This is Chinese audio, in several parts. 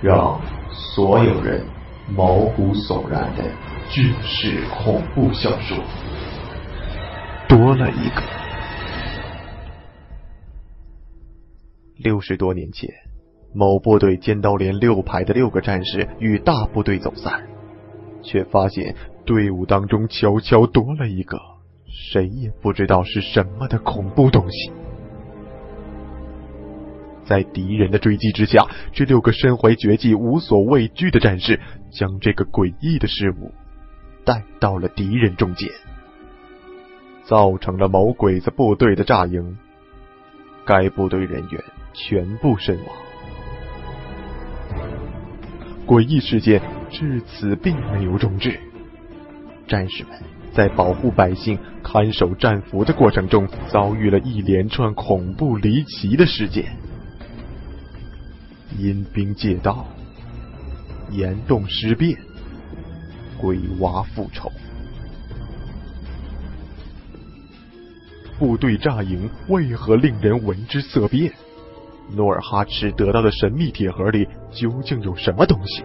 让所有人毛骨悚然的军事恐怖小说多了一个。 60多年前，某部队尖刀连6排的6个战士与大部队走散，却发现队伍当中悄悄多了一个谁也不知道是什么的恐怖东西。在敌人的追击之下，这6个身怀绝技无所畏惧的战士将这个诡异的事物带到了敌人中间，造成了某鬼子部队的炸营，该部队人员全部身亡。诡异事件至此并没有终止，战士们在保护百姓、看守战俘的过程中，遭遇了一连串恐怖离奇的事件。阴兵借道，岩洞尸变，鬼娃复仇。部队炸营为何令人闻之色变？努尔哈赤得到的神秘铁盒里究竟有什么东西？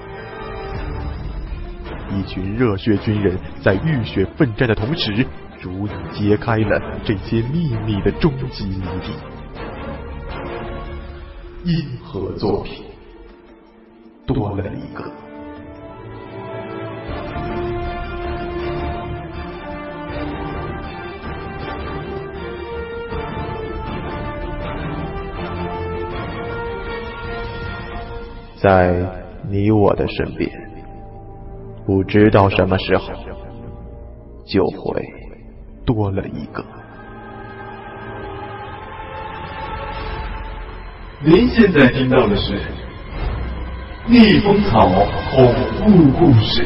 一群热血军人在浴血奋战的同时，逐一揭开了这些秘密的终极谜底。 银河作品多了一个。 在你我的身边，不知道什么时候就会多了一个。 您现在听到的是《逆风草恐怖故事》。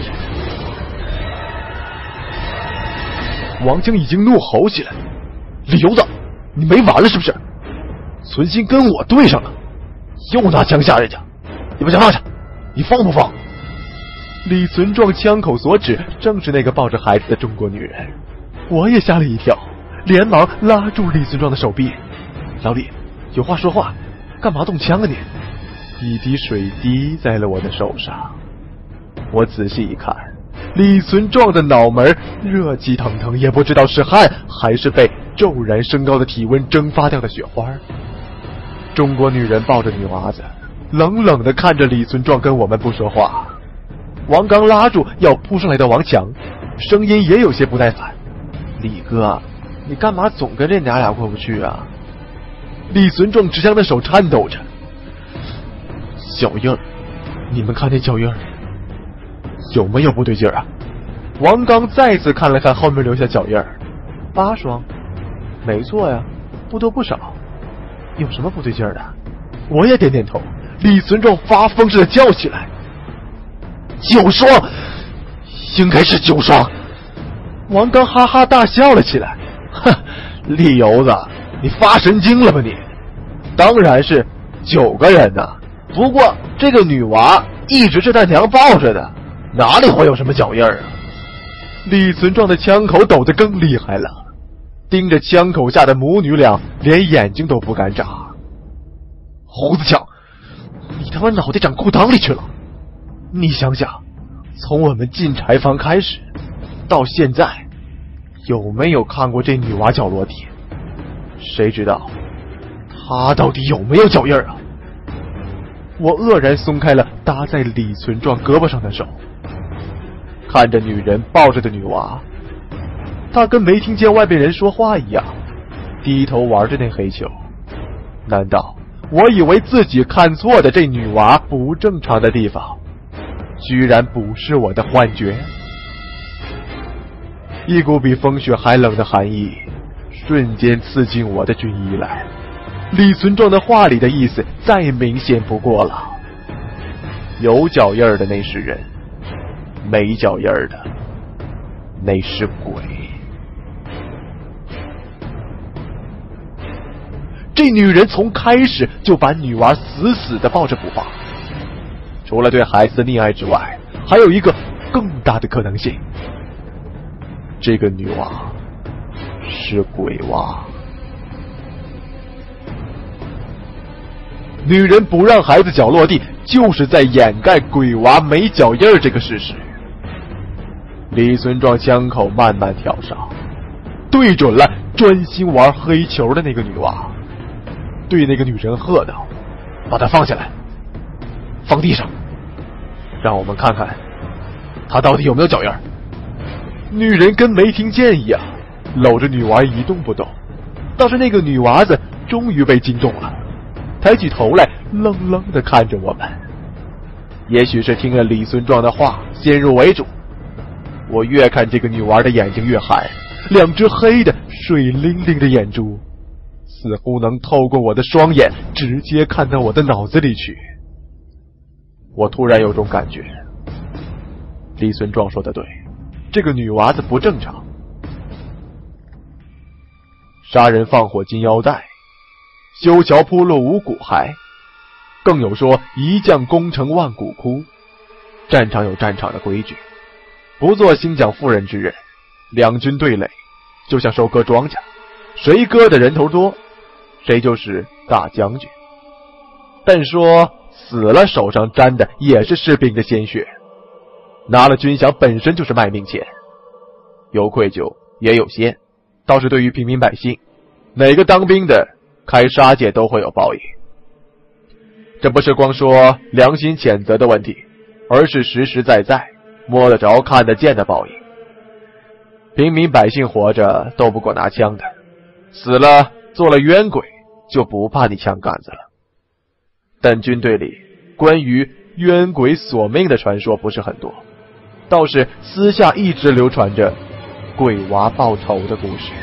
王江已经怒吼起来：“李油子，你没完了是不是？存心跟我对上了，又拿枪吓人家，你把枪放下，你放不放？”李存壮枪口所指正是那个抱着孩子的中国女人，我也吓了一跳，连忙拉住李存壮的手臂：“老李，有话说话。干嘛动枪啊你？”一滴水滴在了我的手上，我仔细一看，李存壮的脑门热气腾腾，也不知道是汗还是被骤然升高的体温蒸发掉的雪花。中国女人抱着女娃子，冷冷地看着李存壮跟我们不说话。王刚拉住要扑上来的王强，声音也有些不耐烦：“李哥，你干嘛总跟这娘俩过不去啊？”李存壮直将的手颤抖着：“脚印儿，你们看那脚印儿有没有不对劲儿啊？”王刚再次看了看后面留下脚印儿，8双，没错呀，不多不少，有什么不对劲儿的？我也点点头。李存壮发疯似的叫起来：“9双，应该是9双！”王刚哈哈大笑了起来：“哼，李油子，你发神经了吧你？当然是9个人呐，不过这个女娃一直是他娘抱着的，哪里会有什么脚印啊？”李存壮的枪口抖得更厉害了，盯着枪口下的母女俩，连眼睛都不敢眨。“猴子强，你他妈脑袋长裤裆里去了！你想想，从我们进柴房开始到现在，有没有看过这女娃脚落地？谁知道她到底有没有脚印啊？”我愕然松开了搭在李存壮胳膊上的手，看着女人抱着的女娃，她跟没听见外边人说话一样，低头玩着那黑球。难道我以为自己看错的这女娃不正常的地方，居然不是我的幻觉？一股比风雪还冷的寒意瞬间刺进我的军衣来。李存壮的话里的意思再明显不过了，有脚印的那是人，没脚印的那是鬼。这女人从开始就把女娃死死地抱着不放，除了对孩子的溺爱之外，还有一个更大的可能性，这个女娃是鬼娃。女人不让孩子脚落地， 就是在掩盖鬼娃没脚印这个事实。李存壮枪口慢慢挑上，对准了专心玩黑球的那个女娃，对那个女人喝道：“把她放下来，放地上，让我们看看她到底有没有脚印。”女人跟没听见一样，搂着女娃一动不动。倒是那个女娃子终于被惊动了，抬起头来，愣愣地看着我们。也许是听了李存壮的话，先入为主，我越看这个女娃的眼睛越寒，两只黑的水灵灵的眼珠似乎能透过我的双眼直接看到我的脑子里去。我突然有种感觉，李存壮说的对，这个女娃子不正常。杀人放火金腰带，修桥铺路五谷骸，更有说一将功成万骨枯。战场有战场的规矩，不做兴讲妇人之人。两军对垒，就像收割庄稼，谁割的人头多，谁就是大将军。但说死了手上沾的也是士兵的鲜血，拿了军饷本身就是卖命钱，有愧疚也有限。倒是对于平民百姓，哪个当兵的开杀戒都会有报应。这不是光说良心谴责的问题，而是实实在在摸得着看得见的报应。平民百姓活着斗不过拿枪的，死了做了冤鬼就不怕你枪杆子了。但军队里关于冤鬼索命的传说不是很多，倒是私下一直流传着鬼娃报仇的故事。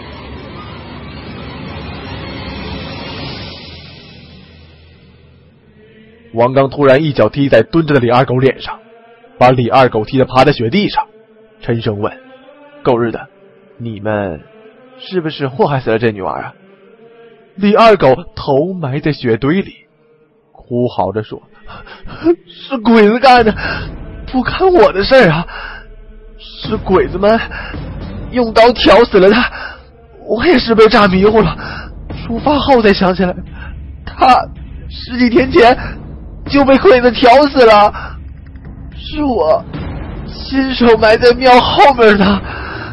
王刚突然一脚踢在蹲着的李二狗脸上，把李二狗踢得趴在雪地上，沉声问：“狗日的，你们是不是祸害死了这女娃啊？”李二狗头埋在雪堆里，哭嚎着说：“是鬼子干的，不干我的事儿啊！是鬼子们用刀挑死了他，我也是被炸迷糊了，出发后才想起来，他10几天前就被鬼子挑死了，是我亲手埋在庙后面的。”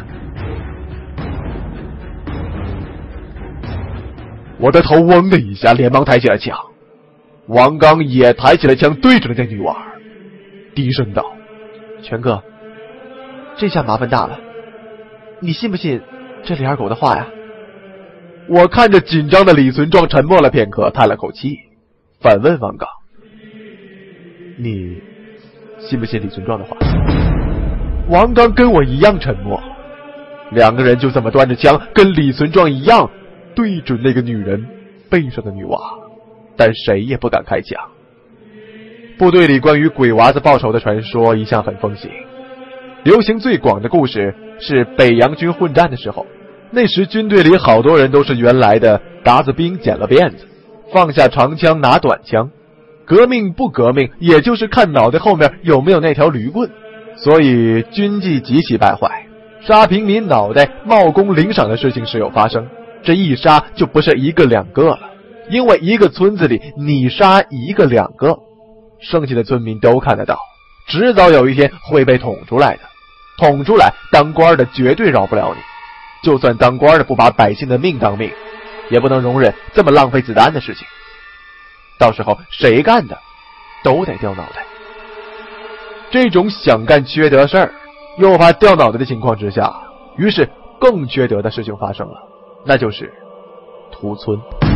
我的头嗡的一下，连忙抬起了枪。王刚也抬起了枪，对准了那女娃，低声道：“全哥，这下麻烦大了，你信不信这李二狗的话呀？”我看着紧张的李存壮，沉默了片刻，叹了口气，反问王刚：“你信不信李存壮的话？”王刚跟我一样沉默，两个人就这么端着枪，跟李存壮一样对准那个女人背上的女娃，但谁也不敢开枪。部队里关于鬼娃子报仇的传说一向很风行，流行最广的故事是北洋军混战的时候，那时军队里好多人都是原来的达子兵剪了辫子，放下长枪拿短枪，革命不革命也就是看脑袋后面有没有那条驴棍，所以军纪极其败坏，杀平民脑袋冒功领赏的事情时有发生。这一杀就不是一个两个了，因为一个村子里你杀一个两个，剩下的村民都看得到，迟早有一天会被捅出来的。捅出来，当官的绝对饶不了你，就算当官的不把百姓的命当命，也不能容忍这么浪费子弹的事情。到时候谁干的都得掉脑袋。这种想干缺德事儿又怕掉脑袋的情况之下，于是更缺德的事情发生了，那就是屠村。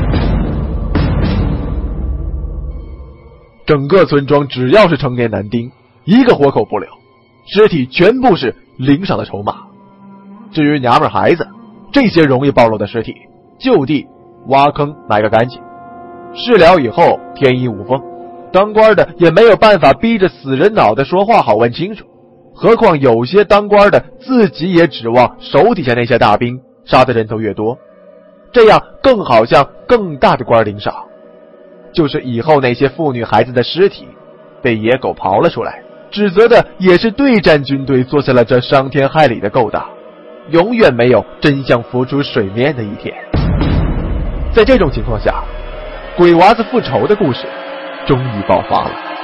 整个村庄只要是成年男丁，一个活口不留，尸体全部是领赏的筹码。至于娘们孩子，这些容易暴露的尸体就地挖坑埋个干净，事了以后天衣无缝，当官的也没有办法逼着死人脑袋说话好问清楚，何况有些当官的自己也指望手底下那些大兵杀的人头越多，这样更好像更大的官领赏。就是以后那些妇女孩子的尸体被野狗刨了出来，指责的也是对战军队做下了这伤天害理的勾当，永远没有真相浮出水面的一天。在这种情况下，鬼娃子复仇的故事终于爆发了。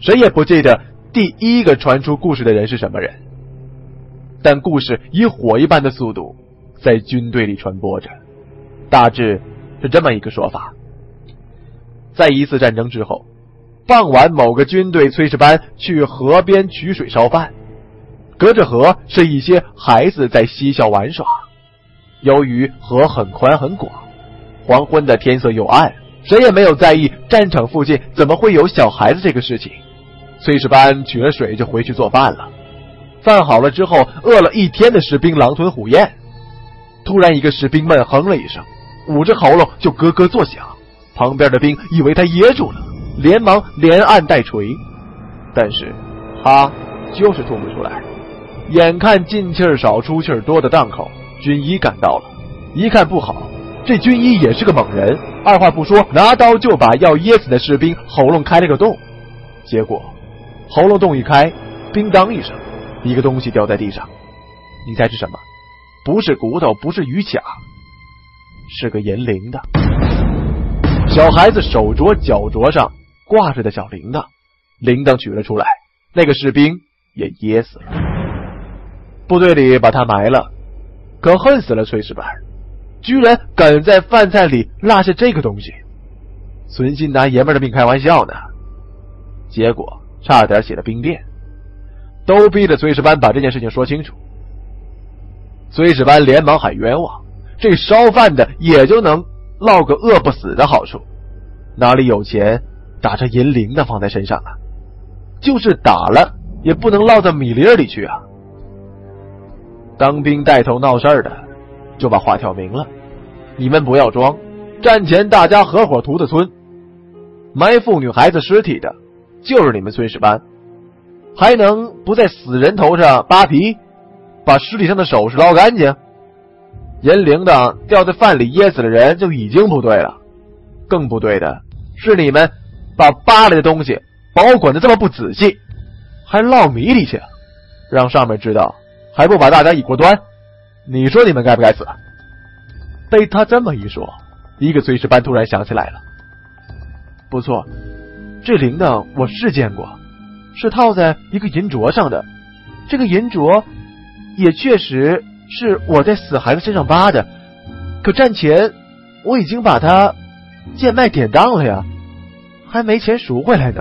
谁也不记得第一个传出故事的人是什么人，但故事以火一般的速度在军队里传播着，大致是这么一个说法：在一次战争之后，傍晚某个军队炊事班去河边取水烧饭，隔着河是一些孩子在嬉笑玩耍。由于河很宽很广，黄昏的天色又暗，谁也没有在意战场附近怎么会有小孩子这个事情。炊事班取了水就回去做饭了。饭好了之后，饿了一天的士兵狼吞虎咽。突然一个士兵闷哼了一声，捂着喉咙就咯咯作响。旁边的兵以为他噎住了，连忙连按带捶，但是他就是吐不出来。眼看进气儿少出气儿多的档口，军医赶到了，一看不好，这军医也是个猛人，二话不说拿刀就把要噎死的士兵喉咙开了个洞。结果喉咙洞一开，叮当一声，一个东西掉在地上。你猜是什么？不是骨头，不是鱼甲，是个银铃铛。小孩子手镯脚镯上挂着的小铃铛，铃铛取了出来，那个士兵也噎死了。部队里把他埋了，可恨死了炊事班，居然敢在饭菜里落下这个东西。存心拿爷们的命开玩笑呢，结果差点写了兵变，都逼着炊事班把这件事情说清楚。炊事班连忙喊冤枉，这烧饭的也就能落个饿不死的好处，哪里有钱打这银铃的放在身上啊？就是打了也不能落到米粒里去啊！当兵带头闹事的就把话挑明了，你们不要装，战前大家合伙屠的村，埋妇女孩子尸体的就是你们炊事班，还能不在死人头上扒皮，把尸体上的首饰捞干净？银铃铛掉在饭里噎死了人就已经不对了，更不对的是你们把扒来的东西保管的这么不仔细，还落米里去，让上面知道还不把大家一锅端，你说你们该不该死？被他这么一说，一个炊事班突然想起来了，不错，这铃铛我是见过，是套在一个银镯上的，这个银镯也确实是我在死孩子身上扒的，可战前我已经把它贱卖典当了呀，还没钱赎回来呢。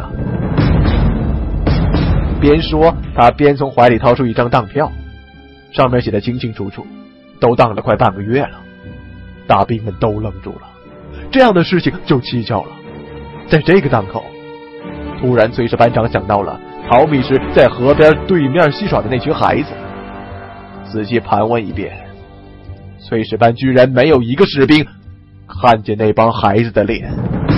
边说他边从怀里掏出一张当票，上面写的清清楚楚，都当了快半个月了。大兵们都愣住了，这样的事情就蹊跷了。在这个档口，突然炊事班长想到了逃命时在河边对面戏耍的那群孩子，仔细盘问一遍，炊事班居然没有一个士兵看见那帮孩子的脸。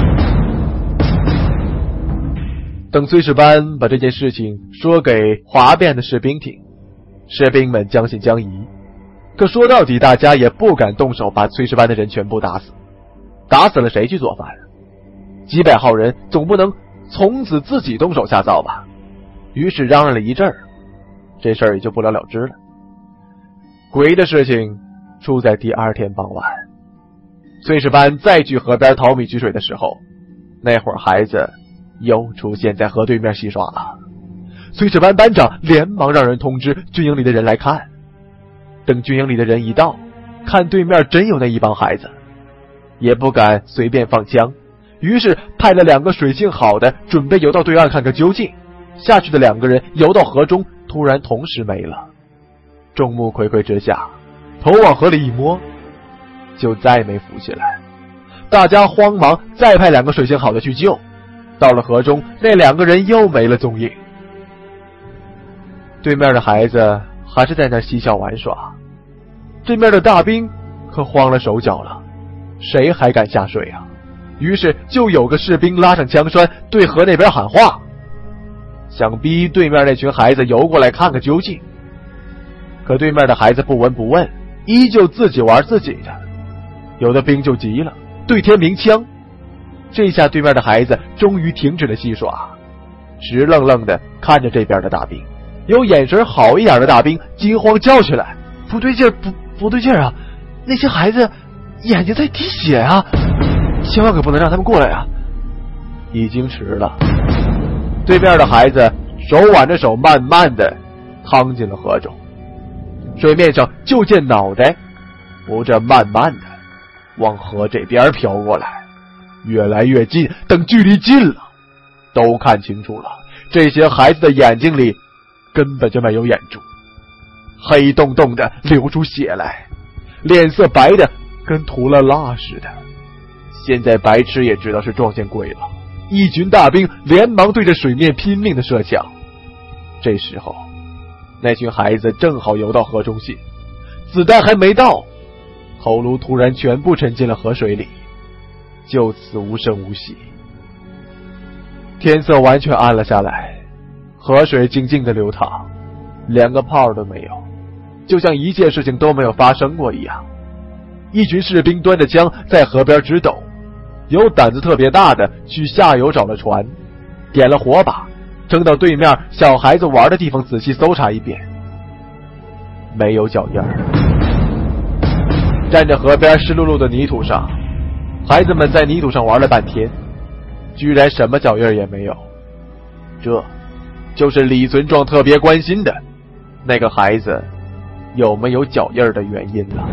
等炊事班把这件事情说给哗变的士兵听，士兵们将信将疑，可说到底大家也不敢动手把炊事班的人全部打死，打死了谁去做饭？几百号人总不能从此自己动手下灶吧？于是嚷嚷了一阵儿，这事儿也就不了了之了。诡异的事情出在第二天傍晚，炊事班再去河边淘米取水的时候，那会儿孩子又出现在河对面戏耍了。炊事班班长连忙让人通知军营里的人来看。等军营里的人一到，看对面真有那一帮孩子，也不敢随便放枪，于是派了2个水性好的准备游到对岸看个究竟。下去的2个人游到河中，突然同时没了。众目睽睽之下，头往河里一摸，就再没浮起来。大家慌忙再派2个水性好的去救，到了河中，那2个人又没了踪影。对面的孩子还是在那嬉笑玩耍，这面的大兵可慌了手脚了，谁还敢下水啊？于是就有个士兵拉上枪栓对河那边喊话，想逼对面那群孩子游过来看个究竟。可对面的孩子不闻不问，依旧自己玩自己的。有的兵就急了，对天鸣枪。这下对面的孩子终于停止了戏耍，直愣愣地看着这边的大兵。有眼神好一点的大兵惊慌叫起来，不对劲，不对劲啊，那些孩子眼睛在滴血啊，千万可不能让他们过来啊。已经迟了， 对面的孩子手挽着手，慢慢的趟进了河中，水面上就见脑袋扶着慢慢的往河这边飘过来，越来越近。等距离近了，都看清楚了，这些孩子的眼睛里根本就没有眼珠，黑洞洞的流出血来，脸色白的跟涂了蜡似的。现在白痴也知道是撞见鬼了，一群大兵连忙对着水面拼命的射枪。这时候那群孩子正好游到河中心，子弹还没到，头颅突然全部沉进了河水里，就此无声无息。天色完全暗了下来，河水静静的流淌，连个泡都没有，就像一切事情都没有发生过一样。一群士兵端着枪在河边直抖，有胆子特别大的去下游找了船，点了火把，撑到对面小孩子玩的地方仔细搜查一遍，没有脚印儿。站着河边湿漉漉的泥土上，孩子们在泥土上玩了半天，居然什么脚印也没有。这就是李存壮特别关心的那个孩子有没有脚印的原因了。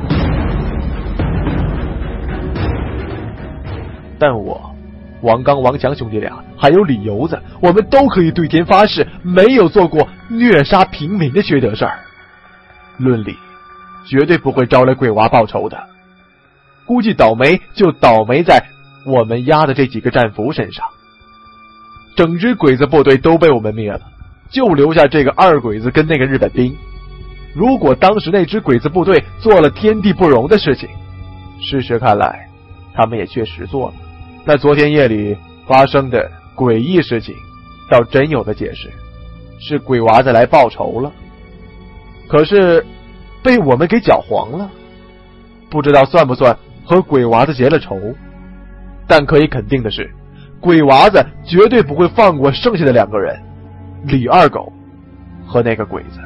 但我、王刚、王强兄弟俩还有李油子，我们都可以对天发誓，没有做过虐杀平民的缺德事儿。论理绝对不会招来鬼娃报仇的，估计倒霉就倒霉在我们押的这几个战俘身上。整支鬼子部队都被我们灭了，就留下这个二鬼子跟那个日本兵。如果当时那支鬼子部队做了天地不容的事情，事实看来他们也确实做了，那昨天夜里发生的诡异事情倒真有的解释，是鬼娃子来报仇了，可是被我们给搅黄了，不知道算不算和鬼娃子结了仇。但可以肯定的是，鬼娃子绝对不会放过剩下的两个人，李二狗和那个鬼子。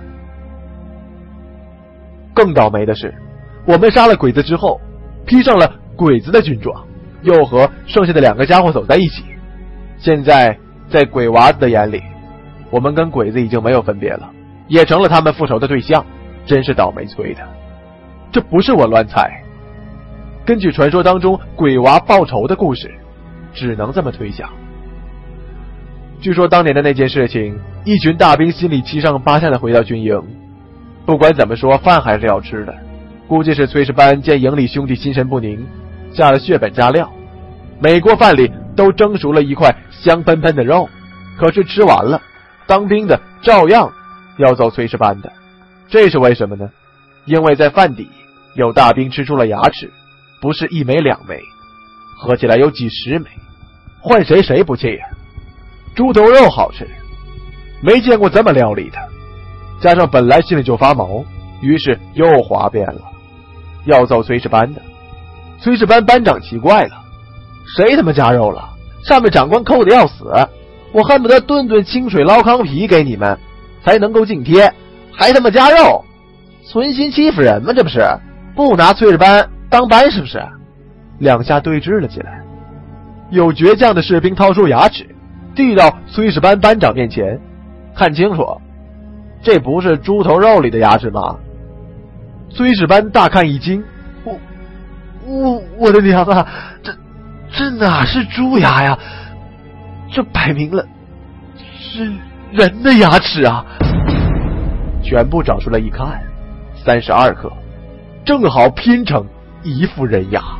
更倒霉的是，我们杀了鬼子之后，披上了鬼子的军装，又和剩下的两个家伙走在一起。现在在鬼娃子的眼里，我们跟鬼子已经没有分别了，也成了他们复仇的对象，真是倒霉催的。这不是我乱猜，根据传说当中鬼娃报仇的故事，只能这么推想。据说当年的那件事情，一群大兵心里七上八下的回到军营，不管怎么说饭还是要吃的，估计是炊事班见营里兄弟心神不宁，下了血本加料，每锅饭里都蒸熟了一块香喷喷的肉，可是吃完了，当兵的照样要揍炊事班的。这是为什么呢？因为在饭底有大兵吃出了牙齿，不是一枚两枚，合起来有几十枚，换谁谁不气呀？猪头肉好吃，没见过这么料理的，加上本来心里就发毛，于是又哗变了，要揍炊事班的。炊事班班长奇怪了，谁他妈加肉了？上面长官抠得要死，我恨不得顿顿清水捞糠皮给你们才能够敬帖，还他妈加肉，存心欺负人吗？这不是不拿炊事班当班是不是？两下对峙了起来，有倔强的士兵掏出牙齿递到炊事班班长面前，看清楚，这不是猪头肉里的牙齿吗？炊事班大看一惊，我的娘啊，这哪是猪牙呀？这摆明了是人的牙齿啊！全部找出来一看，32颗，正好拼成一副人牙。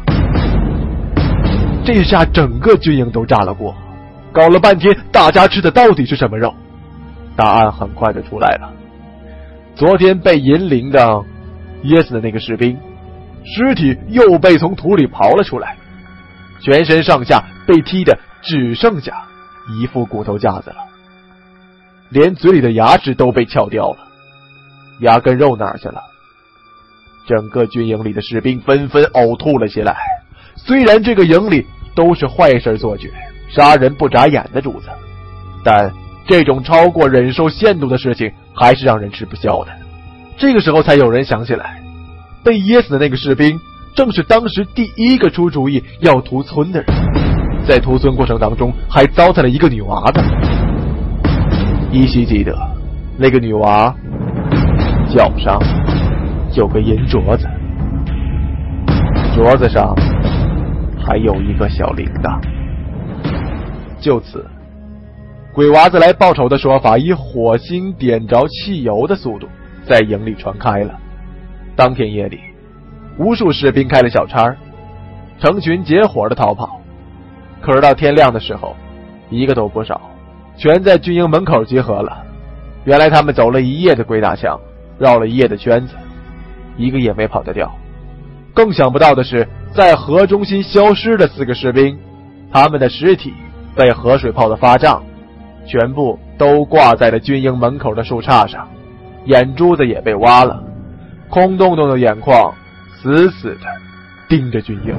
这下整个军营都炸了锅，搞了半天大家吃的到底是什么肉？答案很快就出来了，昨天被银铃铛噎死的那个士兵，尸体又被从土里刨了出来，全身上下被踢得只剩下一副骨头架子了，连嘴里的牙齿都被撬掉了，牙跟肉哪儿去了？整个军营里的士兵纷纷呕吐了起来。虽然这个营里都是坏事做绝，杀人不眨眼的主子，但这种超过忍受限度的事情还是让人吃不消的。这个时候才有人想起来，被噎死的那个士兵正是当时第一个出主意要屠村的人，在屠村过程当中还糟蹋了一个女娃子。 依稀记得那个女娃脚上有个银镯子，镯子上还有一个小铃铛。就此，鬼娃子来报仇的说法以火星点着汽油的速度在营里传开了。当天夜里，无数士兵开了小差，成群结伙的逃跑。可是到天亮的时候，一个都不少，全在军营门口集合了。原来他们走了一夜的鬼打墙，绕了一夜的圈子，一个也没跑得掉。更想不到的是，在河中心消失的4个士兵，他们的尸体被河水泡的发胀，全部都挂在了军营门口的树杈上，眼珠子也被挖了，空洞洞的眼眶死死的盯着军营。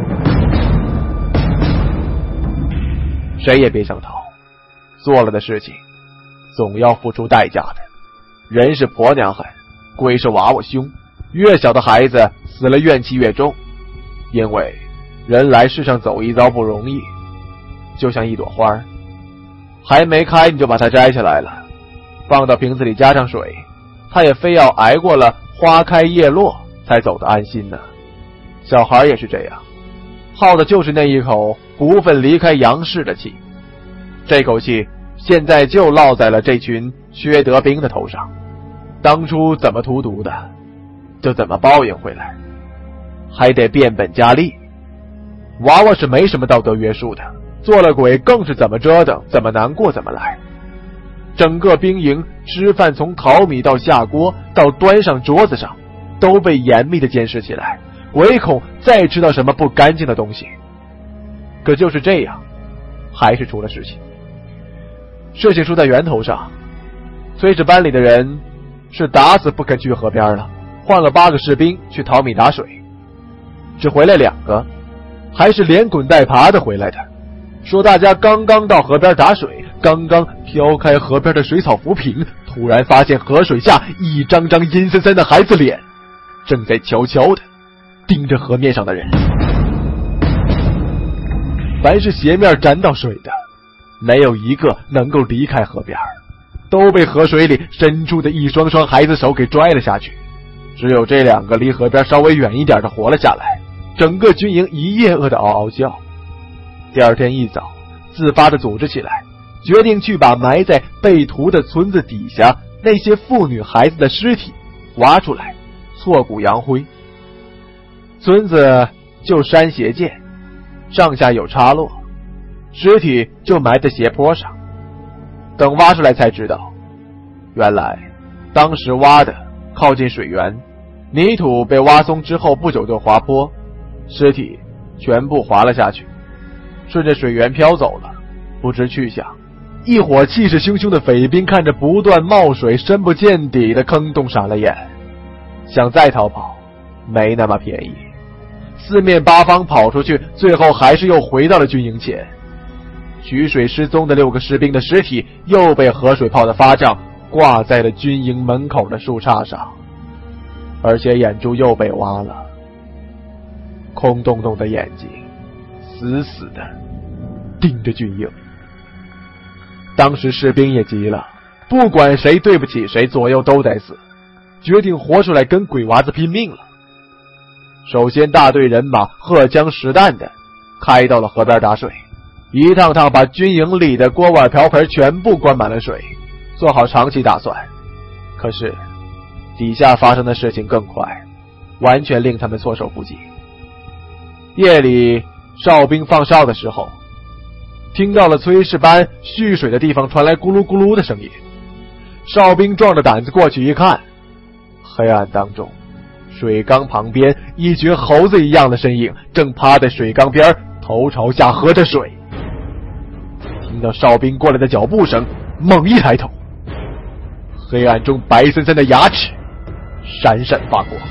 谁也别想逃，做了的事情总要付出代价的。人是婆娘狠，鬼是娃娃凶，越小的孩子死了怨气越重。因为人来世上走一遭不容易，就像一朵花，还没开你就把它摘下来了，放到瓶子里加上水，它也非要挨过了花开叶落才走得安心呢。小孩也是这样，耗的就是那一口不分离开杨氏的气。这口气现在就落在了这群薛德兵的头上，当初怎么荼毒的，就怎么报应回来，还得变本加厉。娃娃是没什么道德约束的，做了鬼更是怎么折腾怎么难过怎么来。整个兵营吃饭从淘米到下锅到端上桌子上都被严密的监视起来，唯恐再吃到什么不干净的东西。可就是这样，还是出了事情。事情出在源头上，炊事班里的人是打死不肯去河边了，换了8个士兵去淘米打水，只回来2个，还是连滚带爬的回来的，说大家刚刚到河边打水，刚刚挑开河边的水草浮萍，突然发现河水下一张张阴森森的孩子脸正在悄悄的盯着河面上的人。凡是斜面沾到水的，没有一个能够离开河边，都被河水里伸出的一双双孩子手给拽了下去。只有这2个离河边稍微远一点的活了下来。整个军营一夜饿得嗷嗷叫。第二天一早，自发的组织起来，决定去把埋在被屠的村子底下那些妇女孩子的尸体挖出来，挫骨扬灰。村子就山斜涧，上下有岔落，尸体就埋在斜坡上。等挖出来才知道，原来当时挖的靠近水源，泥土被挖松之后不久就滑坡，尸体全部滑了下去，顺着水源飘走了，不知去向。一伙气势汹汹的匪兵看着不断冒水深不见底的坑洞傻了眼，想再逃跑没那么便宜，四面八方跑出去，最后还是又回到了军营前。取水失踪的6个士兵的尸体又被河水泡得发胀，挂在了军营门口的树杈上，而且眼珠又被挖了，空洞洞的眼睛死死的盯着军营。当时士兵也急了，不管谁对不起谁，左右都得死，决定活出来跟鬼娃子拼命了。首先大队人马荷枪实弹的开到了河边打水，一趟趟把军营里的锅碗瓢盆全部灌满了水，做好长期打算。可是底下发生的事情更快，完全令他们措手不及。夜里哨兵放哨的时候，听到了炊事班蓄水的地方传来咕噜咕噜的声音。哨兵壮着胆子过去一看，黑暗当中，水缸旁边一群猴子一样的身影正趴在水缸边，头朝下喝着水。听到哨兵过来的脚步声，猛一抬头，黑暗中白森森的牙齿闪闪发光。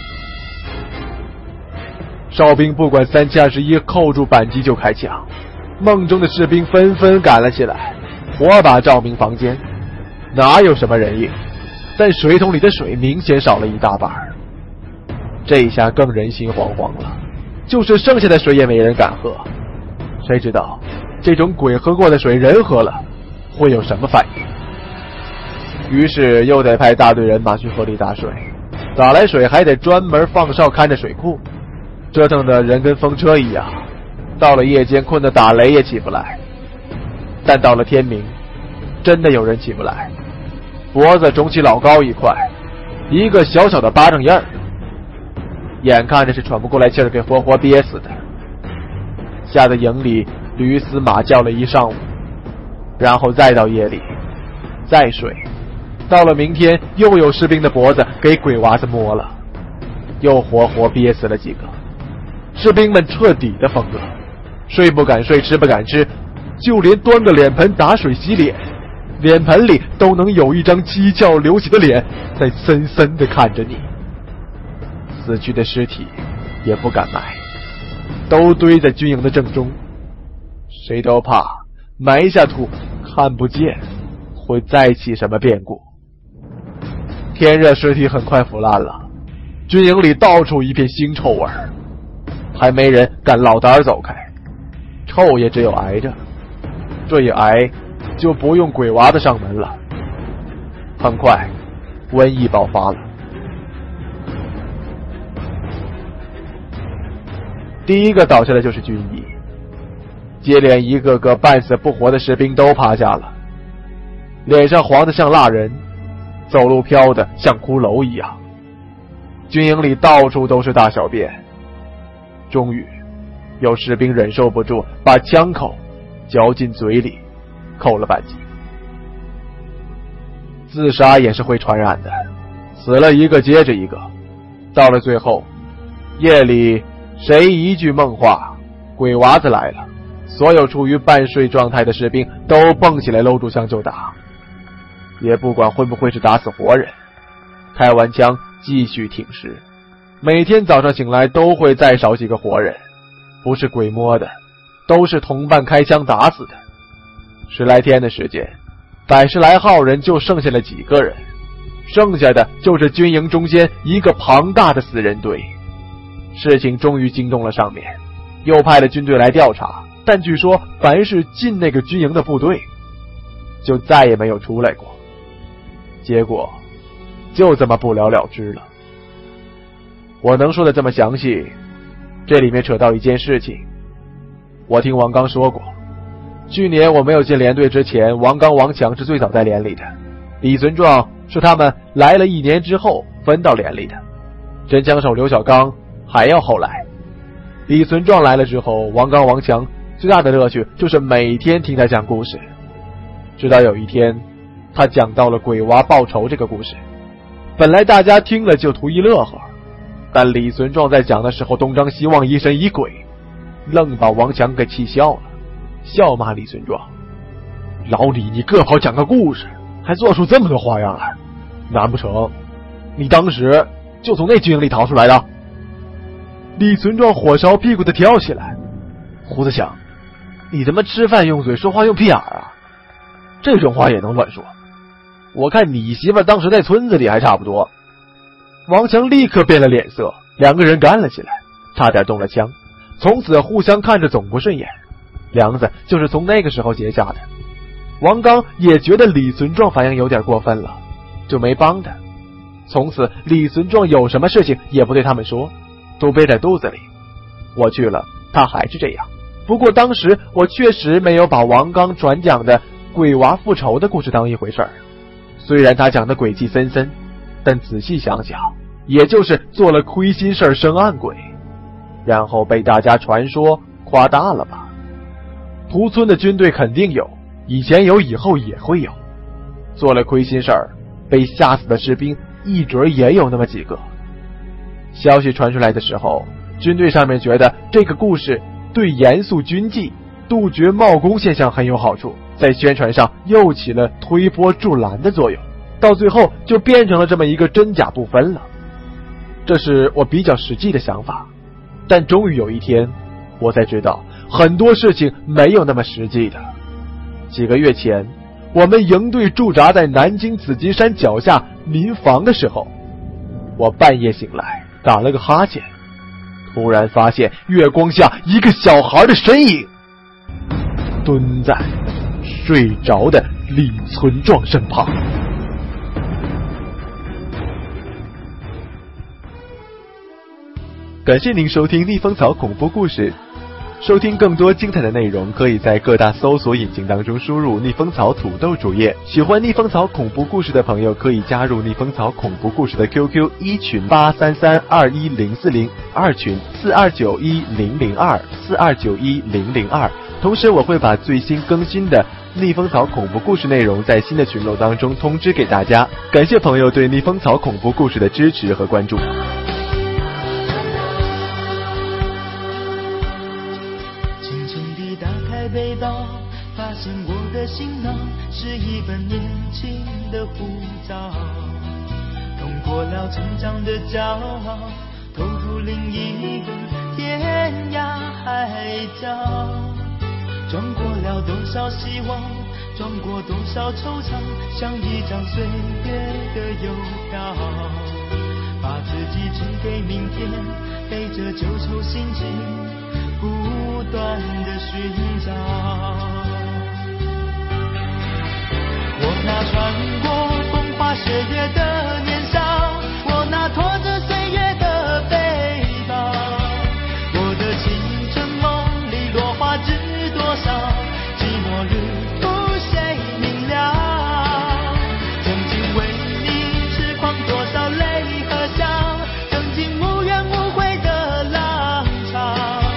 哨兵不管3七21，扣住扳机就开枪。梦中的士兵纷纷赶了起来，火把照明房间，哪有什么人影？但水桶里的水明显少了一大半。这下更人心惶惶了，就是剩下的水也没人敢喝。谁知道这种鬼喝过的水人喝了会有什么反应？ 于是又得派大队人马去河里打水，打来水还得专门放哨看着水库，折腾的人跟风车一样，到了夜间困得打雷也起不来。但到了天明，真的有人起不来，脖子肿起老高一块，一个小小的巴掌印儿，眼看着是喘不过来气儿，给活活憋死的。吓得营里驴死马叫了一上午，然后再到夜里再睡，到了明天又有士兵的脖子给鬼娃子摸了，又活活憋死了几个。士兵们彻底的疯了，睡不敢睡，吃不敢吃，就连端个脸盆打水洗脸，脸盆里都能有一张七窍流血的脸在森森地看着你。死去的尸体也不敢埋，都堆在军营的正中，谁都怕埋下土看不见会再起什么变故。天热，尸体很快腐烂了，军营里到处一片腥臭味，还没人敢落单走开，臭也只有挨着，这一挨就不用鬼娃子上门了。很快瘟疫爆发了，第一个倒下的就是军医，接连一个个半死不活的士兵都趴下了，脸上黄得像蜡人，走路飘得像骷髅一样。军营里到处都是大小便。终于有士兵忍受不住，把枪口嚼进嘴里扣了半截。自杀也是会传染的，死了一个接着一个，到了最后夜里谁一句梦话，鬼娃子来了，所有处于半睡状态的士兵都蹦起来搂住枪就打，也不管会不会是打死活人，开完枪继续挺尸。每天早上醒来都会再少几个活人，不是鬼摸的，都是同伴开枪打死的。10来天的时间，100来号人就剩下了几个人，剩下的就是军营中间一个庞大的死人堆。事情终于惊动了上面，又派了军队来调查，但据说凡是进那个军营的部队就再也没有出来过，结果就这么不了了之了。我能说的这么详细，这里面扯到一件事情，我听王刚说过，去年我没有进连队之前，王刚、王强是最早在连里的，李存壮是他们来了1年之后分到连里的，真枪手刘小刚还要后来。李存壮来了之后，王刚、王强最大的乐趣就是每天听他讲故事，直到有一天他讲到了鬼娃报仇这个故事，本来大家听了就图一乐呵，但李存壮在讲的时候东张西望，疑神疑鬼，愣把王强给气笑了，笑骂李存壮：“老李，你个跑讲个故事，还做出这么多花样来，难不成你当时就从那军营里逃出来的？”李存壮火烧屁股的跳起来：“胡子强，你他妈吃饭用嘴，说话用屁眼啊？这种话也能乱说？我看你媳妇当时在村子里还差不多。”王强立刻变了脸色，两个人干了起来，差点动了枪，从此互相看着总不顺眼，梁子就是从那个时候结下的。王刚也觉得李存壮反应有点过分了，就没帮他。从此李存壮有什么事情也不对他们说，都憋在肚子里。我去了，他还是这样。不过当时我确实没有把王刚传讲的鬼娃复仇的故事当一回事儿，虽然他讲的鬼气森森，但仔细想想也就是做了亏心事生暗鬼，然后被大家传说夸大了吧。屠村的军队肯定有，以前有，以后也会有，做了亏心事儿被吓死的士兵一准也有那么几个。消息传出来的时候，军队上面觉得这个故事对严肃军纪、杜绝冒功现象很有好处，在宣传上又起了推波助澜的作用，到最后就变成了这么一个真假不分了。这是我比较实际的想法，但终于有一天我才知道很多事情没有那么实际的。几个月前，我们营队驻扎在南京紫金山脚下民房的时候，我半夜醒来打了个哈欠，突然发现月光下一个小孩的身影蹲在睡着的李存壮身旁。 感谢您收听逆风草恐怖故事。收听更多精彩的内容，可以在各大搜索引擎当中输入逆风草土豆主页。喜欢逆风草恐怖故事的朋友，可以加入逆风草恐怖故事的 QQ 1群833210040，二群42910024291002。同时，我会把最新更新的逆风草恐怖故事内容在新的群落当中通知给大家。感谢朋友对逆风草恐怖故事的支持和关注。 背包，发现我的行囊是一本年轻的护照，通过了成长的骄傲，投入另一个天涯海角，装过了多少希望，装过多少惆怅，像一张岁月的邮票，把自己寄给明天，背着旧愁心情不断的寻找。我那穿过风花雪月的年少，我那拖着岁月的背包，我的青春梦里落花知多少，寂寞旅途谁明了？曾经为你痴狂多少泪和笑，曾经无怨无悔的浪潮，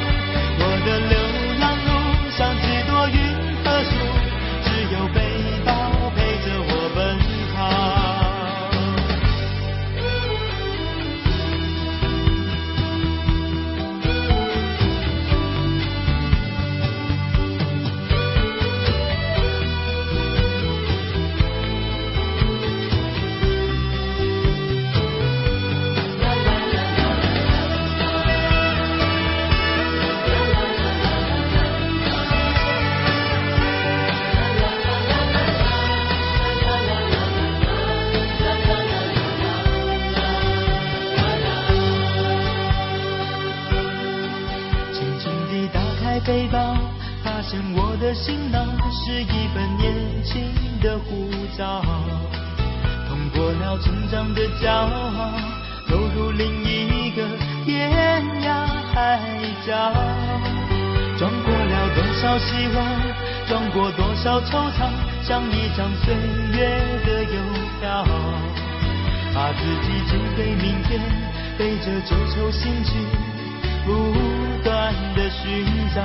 背包，发现我的行囊是一本年轻的护照，通过了成长的骄傲，投入另一个天涯海角，装过了多少希望，装过多少惆怅，像一张岁月的邮票，把自己寄给明天，背着旧愁心情不断的寻找。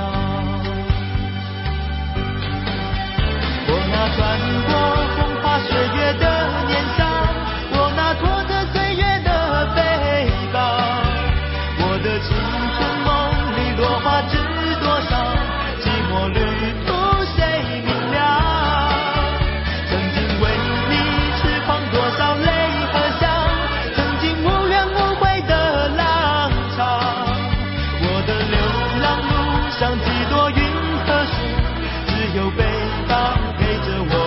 我那穿过风花雪月的年少，我那拖着岁月的背包，我的青春梦里落花知多少，寂寞旅途谁明了？曾经为你痴狂多少泪和笑，曾经无怨无悔的浪潮，像几朵云和树，只有背包陪着我